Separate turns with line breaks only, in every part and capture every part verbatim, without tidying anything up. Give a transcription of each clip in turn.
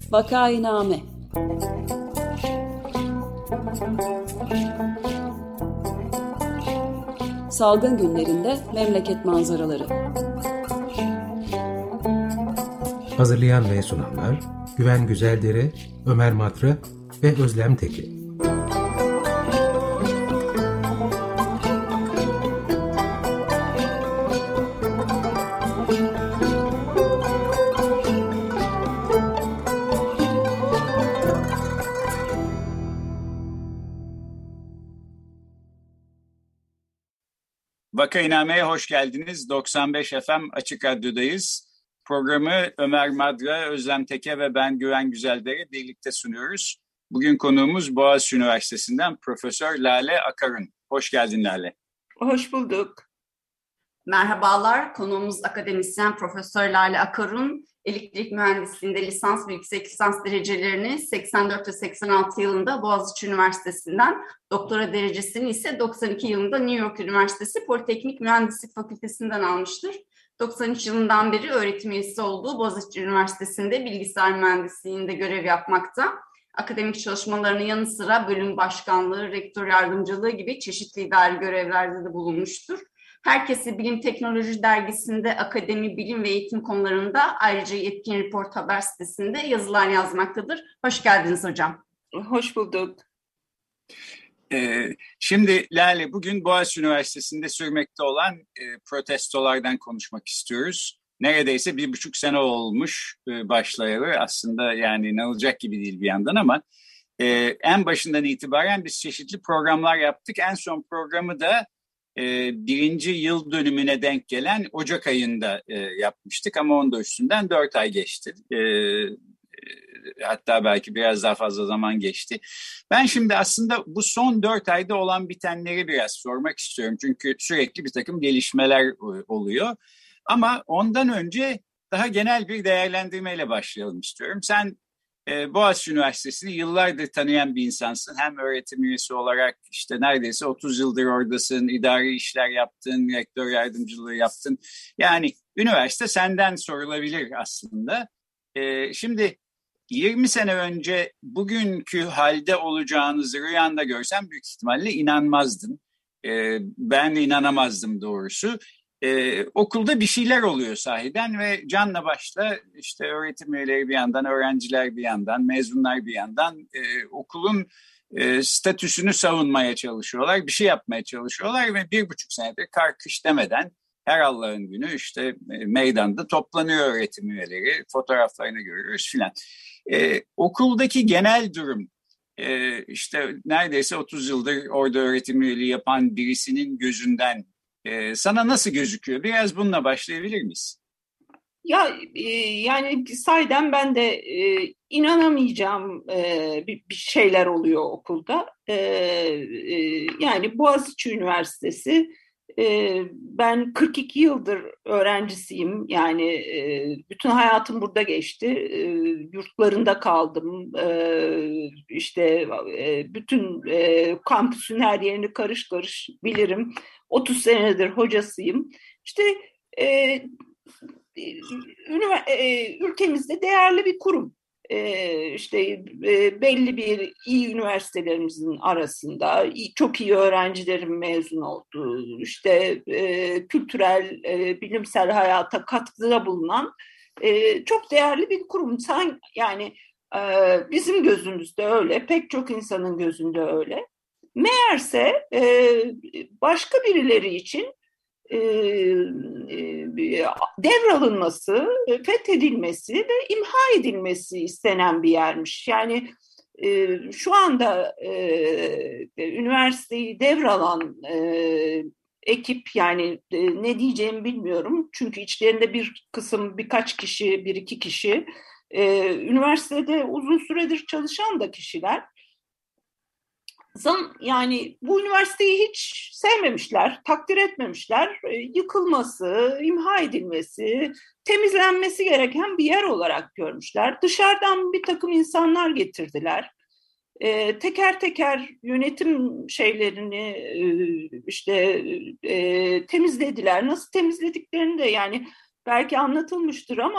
Vakainame. Salgın günlerinde memleket manzaraları.
Hazırlayan ve sunanlar Güven Güzeldere, Ömer Madra ve Özlem Tekin.
Vakainame'ye hoş geldiniz. doksan beş F M Açık Radyo'dayız. Programı Ömer Madra, Özlem Teke ve ben Güven Güzeldere birlikte sunuyoruz. Bugün konuğumuz Boğaziçi Üniversitesi'nden Profesör Lale Akarun. Hoş geldin Lale.
Hoş bulduk. Merhabalar, konuğumuz akademisyen Profesör Lale Akarun. Elektrik mühendisliğinde lisans ve yüksek lisans derecelerini seksen dört ve seksen altı yılında Boğaziçi Üniversitesi'nden, doktora derecesini ise doksan iki yılında New York Üniversitesi Politeknik Mühendislik Fakültesinden almıştır. doksan üç yılından beri öğretim üyesi olduğu Boğaziçi Üniversitesi'nde bilgisayar mühendisliğinde görev yapmakta. Akademik çalışmalarının yanı sıra bölüm başkanlığı, rektör yardımcılığı gibi çeşitli idari görevlerde de bulunmuştur. Herkesi Bilim Teknoloji Dergisi'nde akademi, bilim ve eğitim konularında, ayrıca Yetkin Report haber sitesinde yazılar yazmaktadır. Hoş geldiniz hocam.
Hoş bulduk.
Ee, şimdi Lale, bugün Boğaziçi Üniversitesi'nde sürmekte olan e, protestolardan konuşmak istiyoruz. Neredeyse bir buçuk sene olmuş e, başlayalı. Aslında yani inanılacak gibi değil bir yandan ama e, en başından itibaren biz çeşitli programlar yaptık. En son programı da e, birinci yıl dönümüne denk gelen Ocak ayında e, yapmıştık. Ama onun da üstünden dört ay geçti. E, Hatta belki biraz daha fazla zaman geçti. Ben şimdi aslında bu son dört ayda olan bitenleri biraz sormak istiyorum. Çünkü sürekli bir takım gelişmeler oluyor. Ama ondan önce daha genel bir değerlendirmeyle başlayalım istiyorum. Sen e, Boğaziçi Üniversitesi'ni yıllardır tanıyan bir insansın. Hem öğretim üyesi olarak işte neredeyse otuz yıldır oradasın, idari işler yaptın, rektör yardımcılığı yaptın. Yani üniversite senden sorulabilir aslında. E, şimdi yirmi sene önce bugünkü halde olacağınızı rüyanda görsem büyük ihtimalle inanmazdın. Ee, ben de inanamazdım doğrusu. Ee, okulda bir şeyler oluyor sahiden ve canla başla işte öğretim üyeleri bir yandan, öğrenciler bir yandan, mezunlar bir yandan e, okulun e, statüsünü savunmaya çalışıyorlar, bir şey yapmaya çalışıyorlar ve bir buçuk senedir kar kış demeden her Allah'ın günü işte meydanda toplanıyor öğretim üyeleri, fotoğraflarını görüyoruz filan. Ee, okuldaki genel durum, e, işte neredeyse otuz yıldır orada öğretim üyeliği yapan birisinin gözünden e, sana nasıl gözüküyor? Biraz bununla başlayabilir miyiz?
Ya e, yani sahiden ben de e, inanamayacağım e, bir, bir şeyler oluyor okulda. E, e, yani Boğaziçi Üniversitesi. Ben kırk iki yıldır öğrencisiyim. Yani bütün hayatım burada geçti. Yurtlarında kaldım. İşte bütün kampüsün her yerini karış karış bilirim. otuz senedir hocasıyım. İşte ülkemizde değerli bir kurum. Ee, işte e, belli bir iyi üniversitelerimizin arasında iyi, çok iyi öğrencilerin mezun olduğu, işte e, kültürel, e, bilimsel hayata katkıda bulunan e, çok değerli bir kurum. Sen, yani e, bizim gözümüzde öyle, pek çok insanın gözünde öyle. Meğerse e, başka birileri için E, e, devralınması, fethedilmesi ve imha edilmesi istenen bir yermiş. Yani e, şu anda e, üniversiteyi devralan e, ekip, yani e, ne diyeceğimi bilmiyorum. Çünkü içlerinde bir kısım, birkaç kişi, bir iki kişi, e, üniversitede uzun süredir çalışan da kişiler. Yani bu üniversiteyi hiç sevmemişler, takdir etmemişler. Yıkılması, imha edilmesi, temizlenmesi gereken bir yer olarak görmüşler. Dışarıdan bir takım insanlar getirdiler. E, teker teker yönetim şeylerini e, işte e, temizlediler. Nasıl temizlediklerini de yani belki anlatılmıştır ama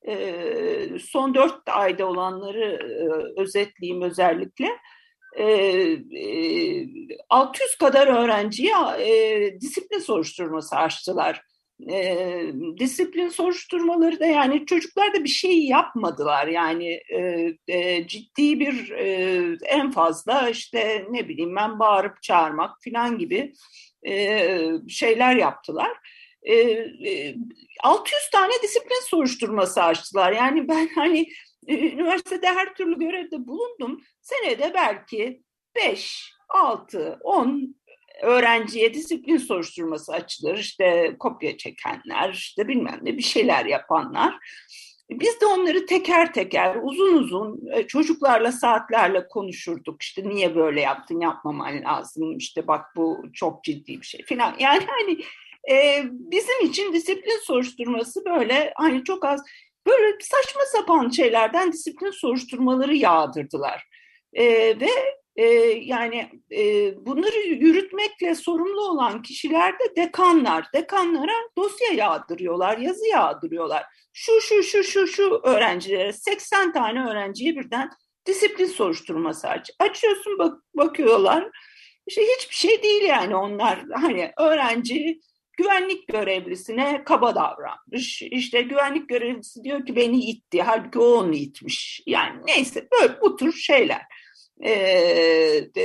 E, son dört ayda olanları e, özetleyeyim özellikle. E, e, altı yüz kadar öğrenciye e, disiplin soruşturması açtılar. E, disiplin soruşturmaları da yani çocuklar da bir şey yapmadılar. Yani e, e, ciddi bir e, en fazla işte ne bileyim ben bağırıp çağırmak falan gibi e, şeyler yaptılar. E, e, altı yüz tane disiplin soruşturması açtılar. Yani ben hani üniversitede her türlü görevde bulundum. Senede belki beş, altı, on öğrenciye disiplin soruşturması açılır. İşte kopya çekenler, işte bilmem ne bir şeyler yapanlar. Biz de onları teker teker, uzun uzun çocuklarla saatlerle konuşurduk. İşte niye böyle yaptın, yapmaman lazım. İşte bak bu çok ciddi bir şey falan. Yani hani e, bizim için disiplin soruşturması böyle hani çok az böyle saçma sapan şeylerden disiplin soruşturmaları yağdırdılar. E, ve e, yani e, bunları yürütmekle sorumlu olan kişiler de dekanlar. Dekanlara dosya yağdırıyorlar, yazı yağdırıyorlar. Şu şu şu şu şu öğrencilere seksen tane öğrenciye birden disiplin soruşturması aç. Açıyorsun bak, bakıyorlar. İşte hiçbir şey değil yani onlar hani öğrenci güvenlik görevlisine kaba davranmış. İşte güvenlik görevlisi diyor ki beni itti. Halbuki o onu itmiş. Yani neyse böyle bu tür şeyler. Ee, e,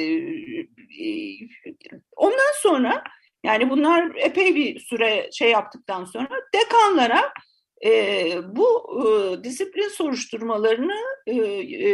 ondan sonra yani bunlar epey bir süre şey yaptıktan sonra dekanlara e, bu e, disiplin soruşturmalarını e, e,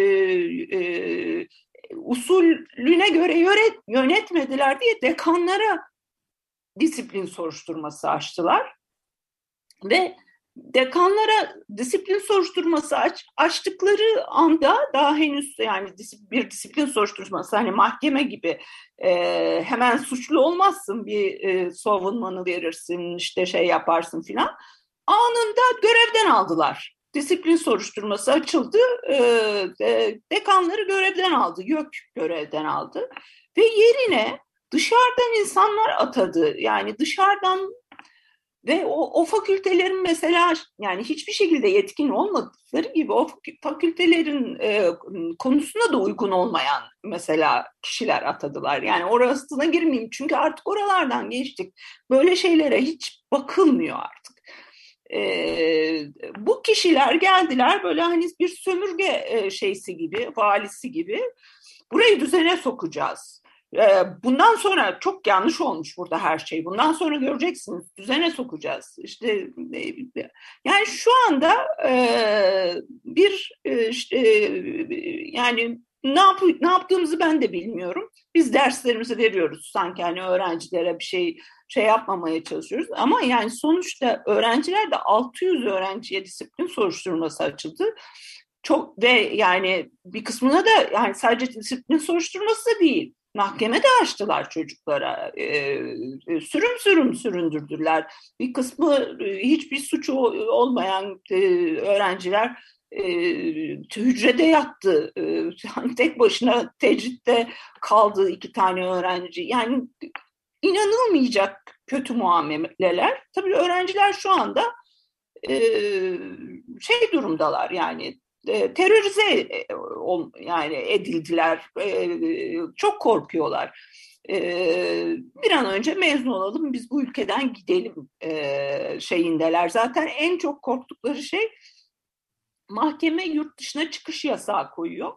e, usulüne göre yönet, yönetmediler diye dekanlara disiplin soruşturması açtılar ve dekanlara disiplin soruşturması aç, açtıkları anda daha henüz yani bir disiplin soruşturması hani mahkeme gibi e, hemen suçlu olmazsın bir e, savunmanı verirsin işte şey yaparsın filan anında görevden aldılar. Disiplin soruşturması açıldı e, e, dekanları görevden aldı YÖK görevden aldı ve yerine dışarıdan insanlar atadı. Yani dışarıdan ve o, o fakültelerin mesela yani hiçbir şekilde yetkin olmadıkları gibi o fakültelerin e, konusuna da uygun olmayan mesela kişiler atadılar. Yani orasına girmeyeyim çünkü artık oralardan geçtik. Böyle şeylere hiç bakılmıyor artık. E, bu kişiler geldiler böyle hani bir sömürge e, şeysi gibi, valisi gibi burayı düzene sokacağız. Bundan sonra çok yanlış olmuş burada her şey. Bundan sonra göreceksiniz. Düzene sokacağız. İşte yani şu anda bir işte yani ne yap ne yaptığımızı ben de bilmiyorum. Biz derslerimizi veriyoruz sanki hani öğrencilere bir şey şey yapmamaya çalışıyoruz. Ama yani sonuçta öğrenciler de altı yüz öğrenciye disiplin soruşturması açıldı. Çok ve yani bir kısmına da yani sadece disiplin soruşturması da değil. Mahkeme de açtılar çocuklara. E, sürüm sürüm süründürdüler. Bir kısmı e, hiçbir suçu olmayan e, öğrenciler e, hücrede yattı. E, tek başına tecritte kaldı iki tane öğrenci. Yani inanılmayacak kötü muameleler. Tabii öğrenciler şu anda e, şey durumdalar yani terörize yani edildiler, çok korkuyorlar. Bir an önce mezun olalım, biz bu ülkeden gidelim şeyindeler. Zaten en çok korktukları şey mahkeme yurt dışına çıkış yasağı koyuyor.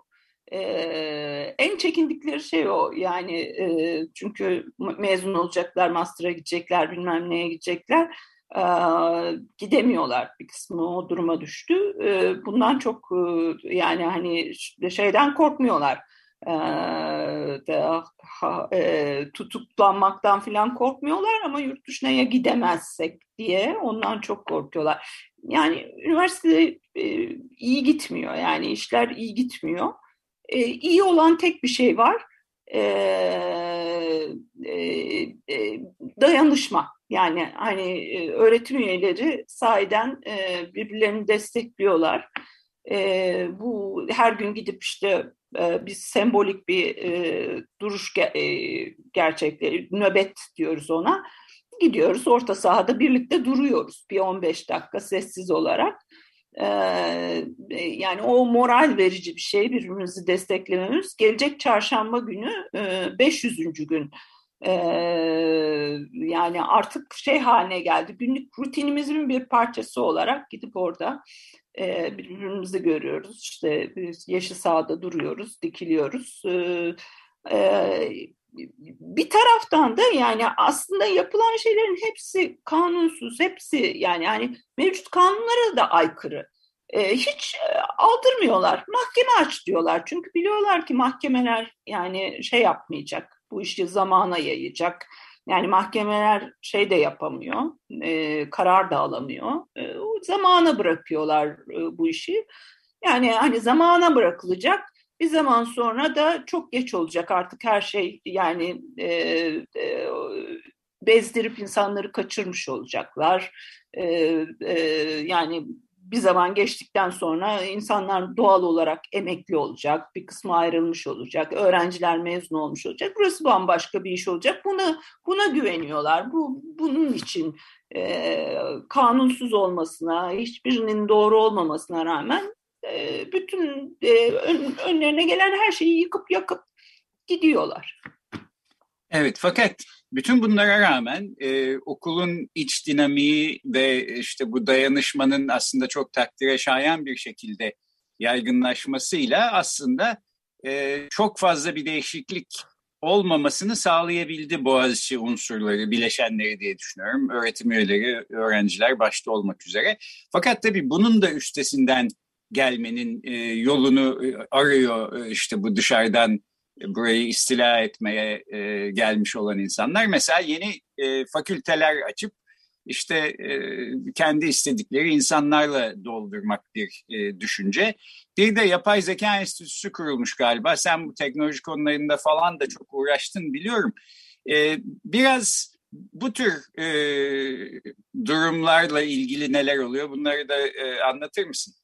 En çekindikleri şey o yani çünkü mezun olacaklar, master'a gidecekler, bilmem neye gidecekler. Gidemiyorlar, bir kısmı o duruma düştü. Bundan çok yani hani şeyden korkmuyorlar. Tutuklanmaktan falan korkmuyorlar ama yurt dışına ya gidemezsek diye ondan çok korkuyorlar. Yani üniversitede iyi gitmiyor, yani işler iyi gitmiyor. İyi olan tek bir şey var. Dayanışma. Yani hani öğretim üyeleri sahiden e, birbirlerini destekliyorlar. E, bu her gün gidip işte e, biz sembolik bir e, duruş ge- e, gerçekleri, nöbet diyoruz ona. Gidiyoruz orta sahada birlikte duruyoruz bir on beş dakika sessiz olarak. Ee, yani o moral verici bir şey, birbirimizi desteklememiz. Gelecek çarşamba günü e, beş yüzüncü gün. Ee, yani artık şey haline geldi. Günlük rutinimizin bir parçası olarak gidip orada e, birbirimizi görüyoruz. İşte biz yaşı sahada duruyoruz, dikiliyoruz. Ee, e, bir taraftan da yani aslında yapılan şeylerin hepsi kanunsuz, hepsi yani yani mevcut kanunlara da aykırı. Ee, hiç e, aldırmıyorlar. Mahkeme aç diyorlar. Çünkü biliyorlar ki mahkemeler yani şey yapmayacak. Bu işi zamana yayacak. Yani mahkemeler şey de yapamıyor. E, karar da alamıyor. E, o zamana bırakıyorlar e, bu işi. Yani hani zamana bırakılacak. Bir zaman sonra da çok geç olacak artık her şey yani e, e, bezdirip insanları kaçırmış olacaklar. E, e, yani bir zaman geçtikten sonra insanlar doğal olarak emekli olacak, bir kısmı ayrılmış olacak, öğrenciler mezun olmuş olacak. Burası bambaşka bir iş olacak. Buna buna güveniyorlar. Bu bunun için e, kanunsuz olmasına, hiçbirinin doğru olmamasına rağmen e, bütün e, ön, önlerine gelen her şeyi yıkıp yakıp gidiyorlar.
Evet, fakat bütün bunlara rağmen e, okulun iç dinamiği ve işte bu dayanışmanın aslında çok takdire şayan bir şekilde yaygınlaşmasıyla aslında e, çok fazla bir değişiklik olmamasını sağlayabildi Boğaziçi unsurları, bileşenleri diye düşünüyorum. Öğretim üyeleri, öğrenciler başta olmak üzere. Fakat tabii bunun da üstesinden gelmenin e, yolunu arıyor işte bu dışarıdan burayı istila etmeye e, gelmiş olan insanlar. Mesela yeni e, fakülteler açıp işte e, kendi istedikleri insanlarla doldurmak bir e, düşünce. Bir de yapay zeka enstitüsü kurulmuş galiba. Sen bu teknoloji konularında falan da çok uğraştın biliyorum. E, biraz bu tür e, durumlarla ilgili neler oluyor? Bunları da e, anlatır mısın?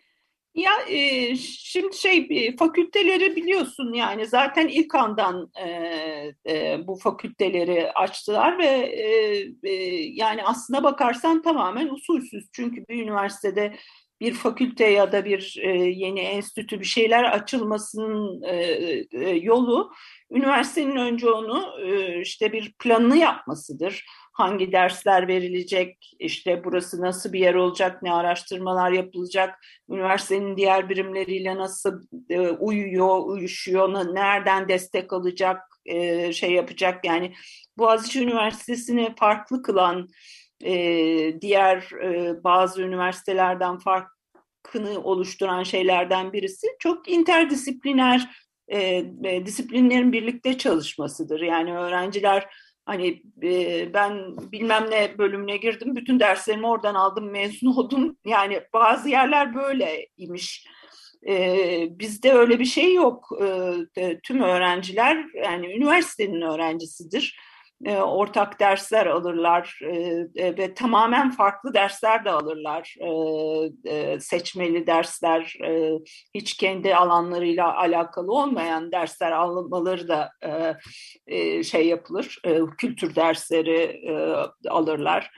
Ya e, şimdi şey fakülteleri biliyorsun yani zaten ilk andan e, e, bu fakülteleri açtılar ve e, e, yani aslına bakarsan tamamen usulsüz. Çünkü bir üniversitede bir fakülte ya da bir e, yeni enstitü bir şeyler açılmasının e, e, yolu üniversitenin önce onu e, işte bir planını yapmasıdır. Hangi dersler verilecek, işte burası nasıl bir yer olacak, ne araştırmalar yapılacak, üniversitenin diğer birimleriyle nasıl e, uyuyor, uyuşuyor, nereden destek alacak, e, şey yapacak. Yani Boğaziçi Üniversitesi'ni farklı kılan e, diğer e, bazı üniversitelerden farkını oluşturan şeylerden birisi çok interdisipliner e, e, disiplinlerin birlikte çalışmasıdır. Yani öğrenciler hani e, ben bilmem ne bölümüne girdim, bütün derslerimi oradan aldım, mezun oldum. Yani bazı yerler böyleymiş. E, bizde öyle bir şey yok. E, tüm öğrenciler yani üniversitenin öğrencisidir. E, ortak dersler alırlar e, ve tamamen farklı dersler de alırlar. E, e, seçmeli dersler, e, hiç kendi alanlarıyla alakalı olmayan dersler almaları da e, e, şey yapılır. E, kültür dersleri e, alırlar.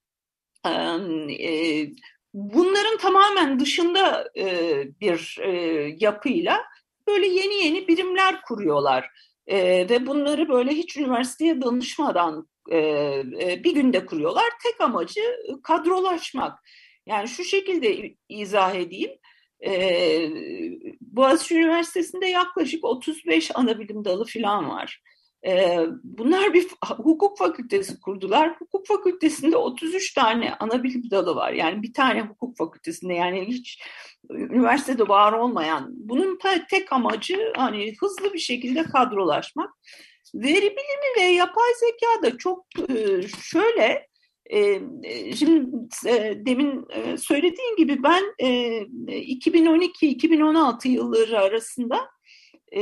E, e, bunların tamamen dışında e, bir e, yapıyla böyle yeni yeni birimler kuruyorlar. Ee, ve bunları böyle hiç üniversiteye danışmadan e, e, bir günde kuruyorlar. Tek amacı kadrolaşmak. Yani şu şekilde izah edeyim. Ee, Boğaziçi Üniversitesi'nde yaklaşık otuz beş ana bilim dalı falan var. Ee, bunlar bir hukuk fakültesi kurdular. Hukuk fakültesinde otuz üç tane ana bilim dalı var. Yani bir tane hukuk fakültesinde yani hiç üniversitede var olmayan, bunun tek amacı hani hızlı bir şekilde kadrolaşmak. Veri bilimi ve yapay zeka da çok şöyle, şimdi demin söylediğim gibi ben iki bin on iki iki bin on altı yılları arasında Ee,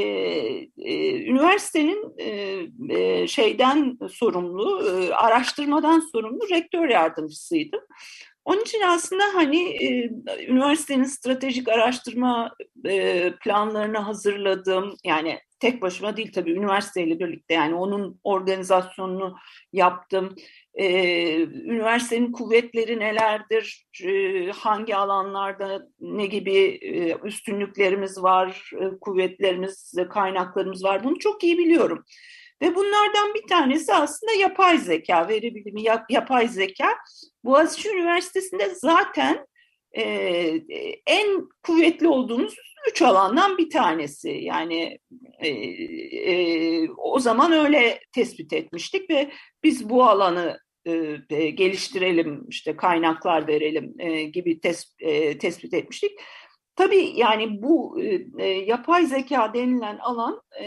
e, üniversitenin e, e, şeyden sorumlu, e, araştırmadan sorumlu rektör yardımcısıydım. Onun için aslında hani e, üniversitenin stratejik araştırma e, planlarını hazırladım. Yani tek başıma değil tabii üniversiteyle birlikte yani onun organizasyonunu yaptım. Ee, üniversitenin kuvvetleri nelerdir, ee, hangi alanlarda ne gibi e, üstünlüklerimiz var, e, kuvvetlerimiz, kaynaklarımız var, bunu çok iyi biliyorum. Ve bunlardan bir tanesi aslında yapay zeka, veri bilimi, yap, yapay zeka. Boğaziçi Üniversitesi'nde zaten e, en kuvvetli olduğumuz üç alandan bir tanesi. Yani e, e, o zaman öyle tespit etmiştik ve biz bu alanı e, geliştirelim, işte kaynaklar verelim e, gibi tes, e, tespit etmiştik. Tabii yani bu e, yapay zeka denilen alan e,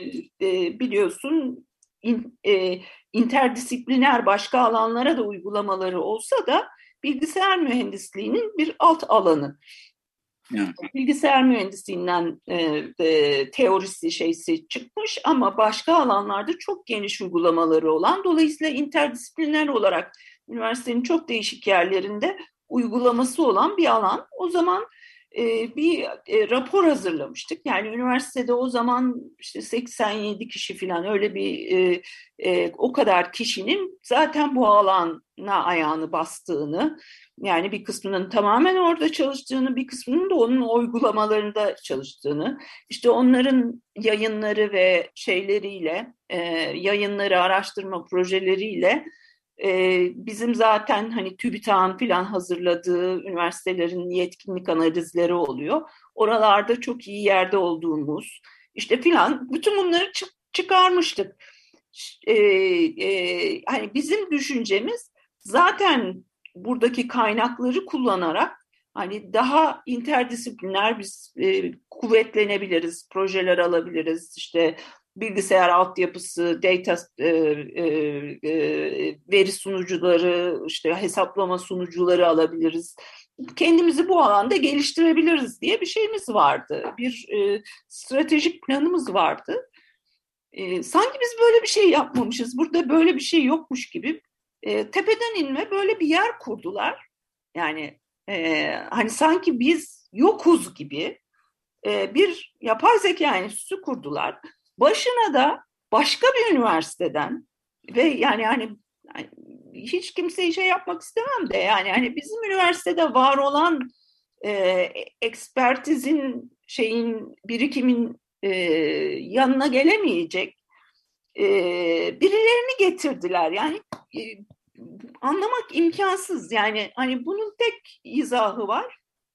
e, biliyorsun in, e, interdisipliner başka alanlara da uygulamaları olsa da bilgisayar mühendisliğinin bir alt alanı.
Evet.
Bilgisayar mühendisliğinden e, e, teorisi şeysi çıkmış ama başka alanlarda çok geniş uygulamaları olan, dolayısıyla interdisipliner olarak üniversitenin çok değişik yerlerinde uygulaması olan bir alan. O zaman e, bir e, rapor hazırlamıştık. Yani üniversitede o zaman işte seksen yedi kişi falan, öyle bir e, e, o kadar kişinin zaten bu alana ayağını bastığını, yani bir kısmının tamamen orada çalıştığını, bir kısmının da onun uygulamalarında çalıştığını, işte onların yayınları ve şeyleriyle, e, yayınları, araştırma projeleriyle e, bizim zaten hani TÜBİTAK'ın falan hazırladığı üniversitelerin yetkinlik analizleri oluyor. Oralarda çok iyi yerde olduğumuz, işte filan, bütün bunları çık- çıkarmıştık. E, e, hani bizim düşüncemiz zaten buradaki kaynakları kullanarak hani daha interdisipliner biz e, kuvvetlenebiliriz, projeler alabiliriz, işte bilgisayar altyapısı, data e, e, e, veri sunucuları, işte hesaplama sunucuları alabiliriz. Kendimizi bu alanda geliştirebiliriz diye bir şeyimiz vardı. Bir e, stratejik planımız vardı. E, sanki biz böyle bir şey yapmamışız, burada böyle bir şey yokmuş gibi e, tepeden inme böyle bir yer kurdular. Yani e, hani sanki biz yokuz gibi e, bir yapay zeka enstitüsü kurdular. Başına da başka bir üniversiteden ve yani hani yani hiç kimseyi şey yapmak istemem de yani hani bizim üniversitede var olan e, ekspertizin şeyin birikimin e, yanına gelemeyecek e, birilerini getirdiler. Yani e, anlamak imkansız. Yani hani bunun tek izahı var.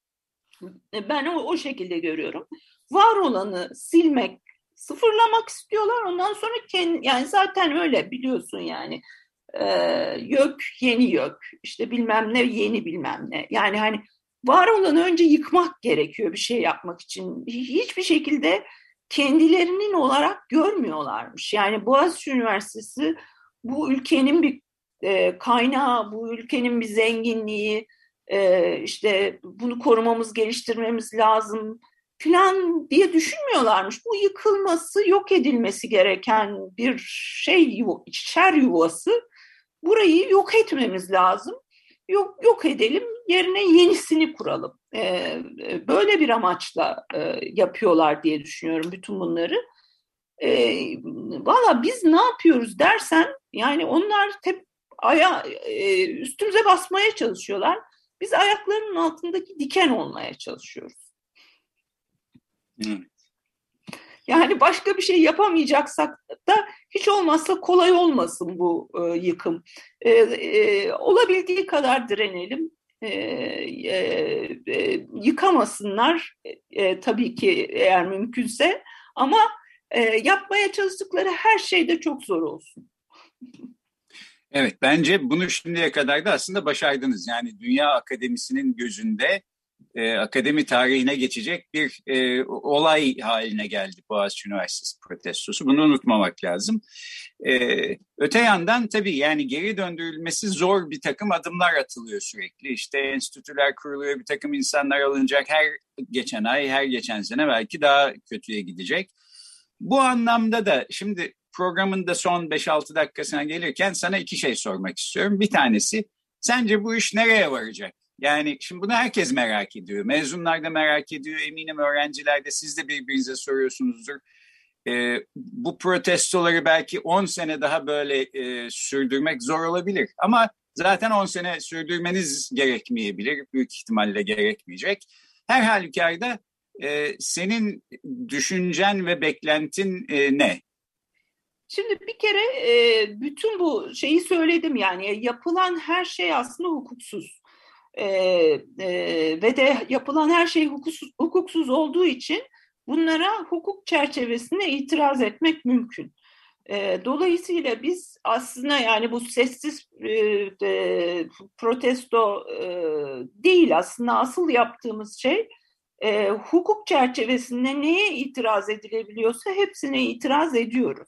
Ben o, o şekilde görüyorum. Var olanı silmek, sıfırlamak istiyorlar. Ondan sonra kendi, yani zaten öyle biliyorsun yani. Ee, YÖK yeni YÖK, işte bilmem ne yeni bilmem ne. Yani hani var olanı önce yıkmak gerekiyor bir şey yapmak için. Hiçbir şekilde kendilerinin olarak görmüyorlarmış. Yani Boğaziçi Üniversitesi bu ülkenin bir e, kaynağı, bu ülkenin bir zenginliği, e, işte bunu korumamız, geliştirmemiz lazım falan diye düşünmüyorlarmış. Bu yıkılması, yok edilmesi gereken bir şey, şer yuvası. Burayı yok etmemiz lazım. Yok, yok edelim, yerine yenisini kuralım. Ee, böyle bir amaçla e, yapıyorlar diye düşünüyorum bütün bunları. E, Valla biz ne yapıyoruz dersen, yani onlar tep aya, e, üstümüze basmaya çalışıyorlar. Biz ayaklarının altındaki diken olmaya çalışıyoruz.
Evet.
Yani başka bir şey yapamayacaksak da hiç olmazsa kolay olmasın bu e, yıkım. E, e, olabildiği kadar direnelim. E, e, e, yıkamasınlar e, tabii ki eğer mümkünse, ama e, yapmaya çalıştıkları her şey de çok zor olsun.
Evet, bence bunu şimdiye kadar da aslında başardınız. Yani dünya akademisinin gözünde e, akademi tarihine geçecek bir e, olay haline geldi Boğaziçi Üniversitesi protestosu. Bunu unutmamak lazım. E, öte yandan tabii yani geri döndürülmesi zor bir takım adımlar atılıyor sürekli. İşte enstitüler kuruluyor, bir takım insanlar alınacak. Her geçen ay, her geçen sene belki daha kötüye gidecek. Bu anlamda da şimdi programın da son beş altı dakikasına gelirken sana iki şey sormak istiyorum. Bir tanesi, sence bu iş nereye varacak? Yani şimdi bunu herkes merak ediyor. Mezunlar da merak ediyor. Eminim öğrenciler de, siz de birbirinize soruyorsunuzdur. e, bu protestoları belki on sene daha böyle e, sürdürmek zor olabilir. Ama zaten on sene sürdürmeniz gerekmeyebilir, büyük ihtimalle gerekmeyecek. Her halükarda e, senin düşüncen ve beklentin e, ne?
Şimdi bir kere e, bütün bu şeyi söyledim, yani yapılan her şey aslında hukuksuz. E, e, ve de yapılan her şey hukuksuz, hukuksuz olduğu için bunlara hukuk çerçevesinde itiraz etmek mümkün. E, dolayısıyla biz aslında yani bu sessiz e, e, protesto e, değil, aslında asıl yaptığımız şey e, hukuk çerçevesinde neye itiraz edilebiliyorsa hepsine itiraz ediyoruz.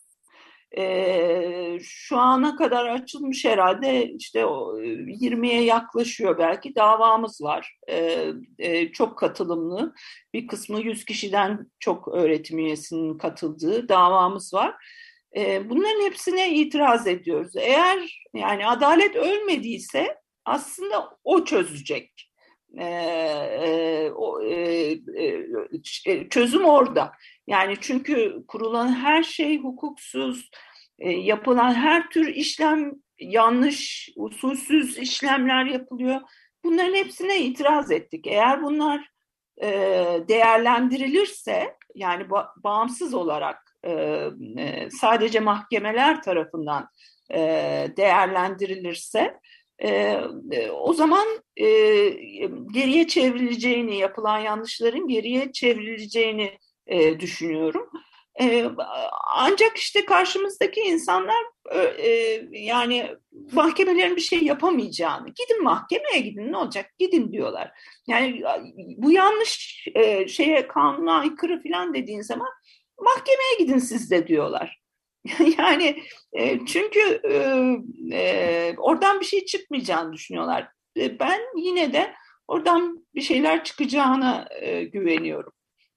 Ee, şu ana kadar açılmış herhalde işte o yirmiye yaklaşıyor belki davamız var. Ee, e, çok katılımlı, bir kısmı yüz kişiden çok öğretim üyesinin katıldığı davamız var. Ee, bunların hepsine itiraz ediyoruz. Eğer yani adalet ölmediyse aslında o çözecek. Ee, e, o, e, e, çözüm orada. Yani çünkü kurulan her şey hukuksuz, e, yapılan her tür işlem yanlış, usulsüz işlemler yapılıyor. Bunların hepsine itiraz ettik. Eğer bunlar e, değerlendirilirse, yani ba- bağımsız olarak e, e, sadece mahkemeler tarafından e, değerlendirilirse, Ee, o zaman e, geriye çevrileceğini, yapılan yanlışların geriye çevrileceğini e, düşünüyorum. E, ancak işte karşımızdaki insanlar e, yani mahkemelerin bir şey yapamayacağını, gidin mahkemeye gidin, ne olacak, gidin diyorlar. Yani bu yanlış e, şeye, kanuna aykırı falan dediğin zaman mahkemeye gidin siz de diyorlar. Yani e, çünkü e, e, oradan bir şey çıkmayacağını düşünüyorlar. E, ben yine de oradan bir şeyler çıkacağına e, güveniyorum.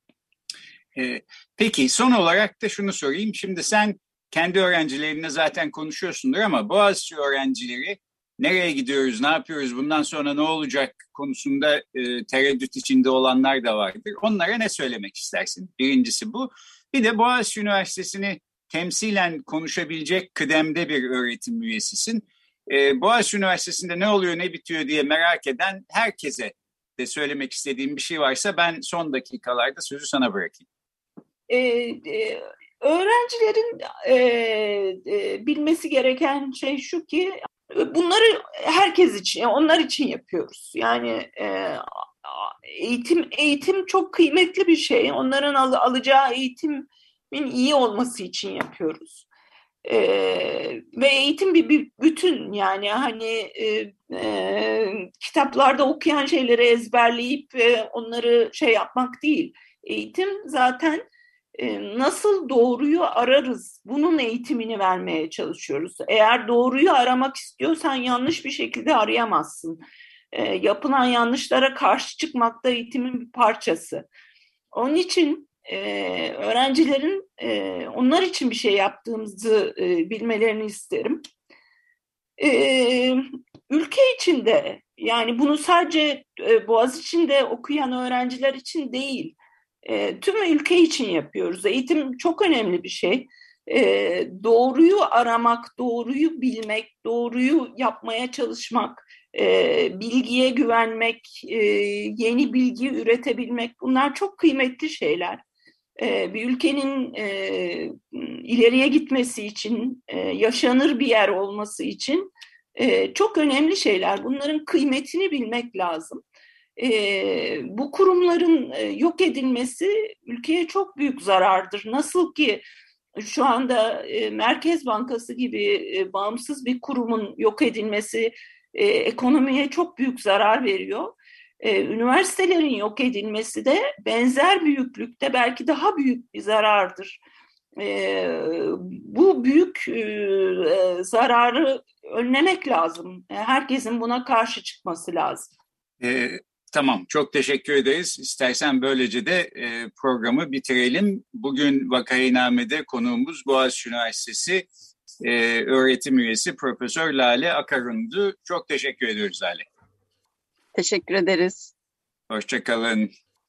E, peki son olarak da şunu sorayım. Şimdi sen kendi öğrencilerinle zaten konuşuyorsundur ama Boğaziçi öğrencileri nereye gidiyoruz, ne yapıyoruz, bundan sonra ne olacak konusunda e, tereddüt içinde olanlar da vardır. Onlara ne söylemek istersin? Birincisi bu. Bir de Boğaziçi Üniversitesi'ni temsilen konuşabilecek kıdemde bir öğretim üyesisin. Ee, Boğaziçi Üniversitesi'nde ne oluyor ne bitiyor diye merak eden herkese de söylemek istediğim bir şey varsa ben son dakikalarda sözü sana bırakayım.
Ee, e, öğrencilerin e, e, bilmesi gereken şey şu ki, bunları herkes için, onlar için yapıyoruz. Yani e, eğitim eğitim çok kıymetli bir şey. Onların al, alacağı eğitimin iyi olması için yapıyoruz. Ee, ve eğitim bir, bir bütün, yani hani e, e, kitaplarda okuyan şeyleri ezberleyip e, onları şey yapmak değil. Eğitim zaten e, nasıl doğruyu ararız, bunun eğitimini vermeye çalışıyoruz. Eğer doğruyu aramak istiyorsan yanlış bir şekilde arayamazsın. E, yapılan yanlışlara karşı çıkmak da eğitimin bir parçası. Onun için Ee, öğrencilerin e, onlar için bir şey yaptığımızı e, bilmelerini isterim. Ee, ülke içinde, yani bunu sadece e, Boğaziçi'nde okuyan öğrenciler için değil, e, tüm ülke için yapıyoruz. Eğitim çok önemli bir şey. E, doğruyu aramak, doğruyu bilmek, doğruyu yapmaya çalışmak, e, bilgiye güvenmek, e, yeni bilgi üretebilmek, bunlar çok kıymetli şeyler. Bir ülkenin e, ileriye gitmesi için, e, yaşanır bir yer olması için e, çok önemli şeyler. Bunların kıymetini bilmek lazım. E, bu kurumların e, yok edilmesi ülkeye çok büyük zarardır. Nasıl ki şu anda e, Merkez Bankası gibi e, bağımsız bir kurumun yok edilmesi e, ekonomiye çok büyük zarar veriyor. Ee, üniversitelerin yok edilmesi de benzer büyüklükte, belki daha büyük bir zarardır. Ee, bu büyük e, zararı önlemek lazım. Herkesin buna karşı çıkması lazım.
Ee, tamam, çok teşekkür ederiz. İstersen böylece de e, programı bitirelim. Bugün Vakainame'de konuğumuz Boğaziçi Üniversitesi e, öğretim üyesi Profesör Lale Akarun'du. Çok teşekkür ediyoruz Lale.
Teşekkür ederiz.
Hoşça kalın.